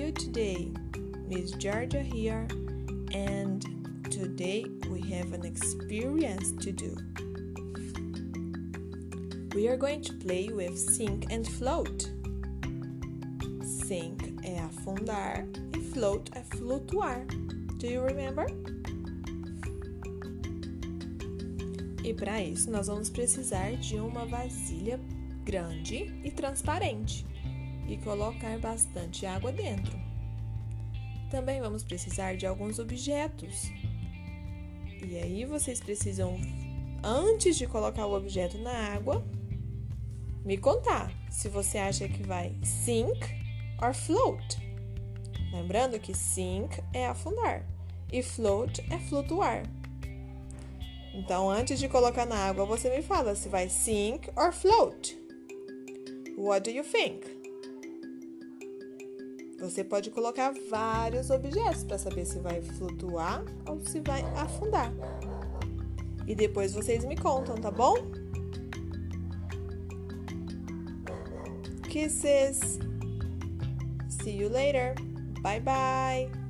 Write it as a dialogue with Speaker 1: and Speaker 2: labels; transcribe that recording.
Speaker 1: you today? Miss Georgia here, and today we have an experience to do. We are going to play with sink and float. Sink é afundar e float é flutuar. Do you remember? E para isso nós vamos precisar de uma vasilha grande e transparente e colocar bastante água dentro. Também vamos precisar de alguns objetos. E aí vocês precisam, antes de colocar o objeto na água, me contar se você acha que vai sink or float. Lembrando que sink é afundar e float é flutuar. Então, antes de colocar na água, você me fala se vai sink or float. What do you think? Você pode colocar vários objetos para saber se vai flutuar ou se vai afundar. E depois vocês me contam, tá bom? Kisses. See you later. Bye bye.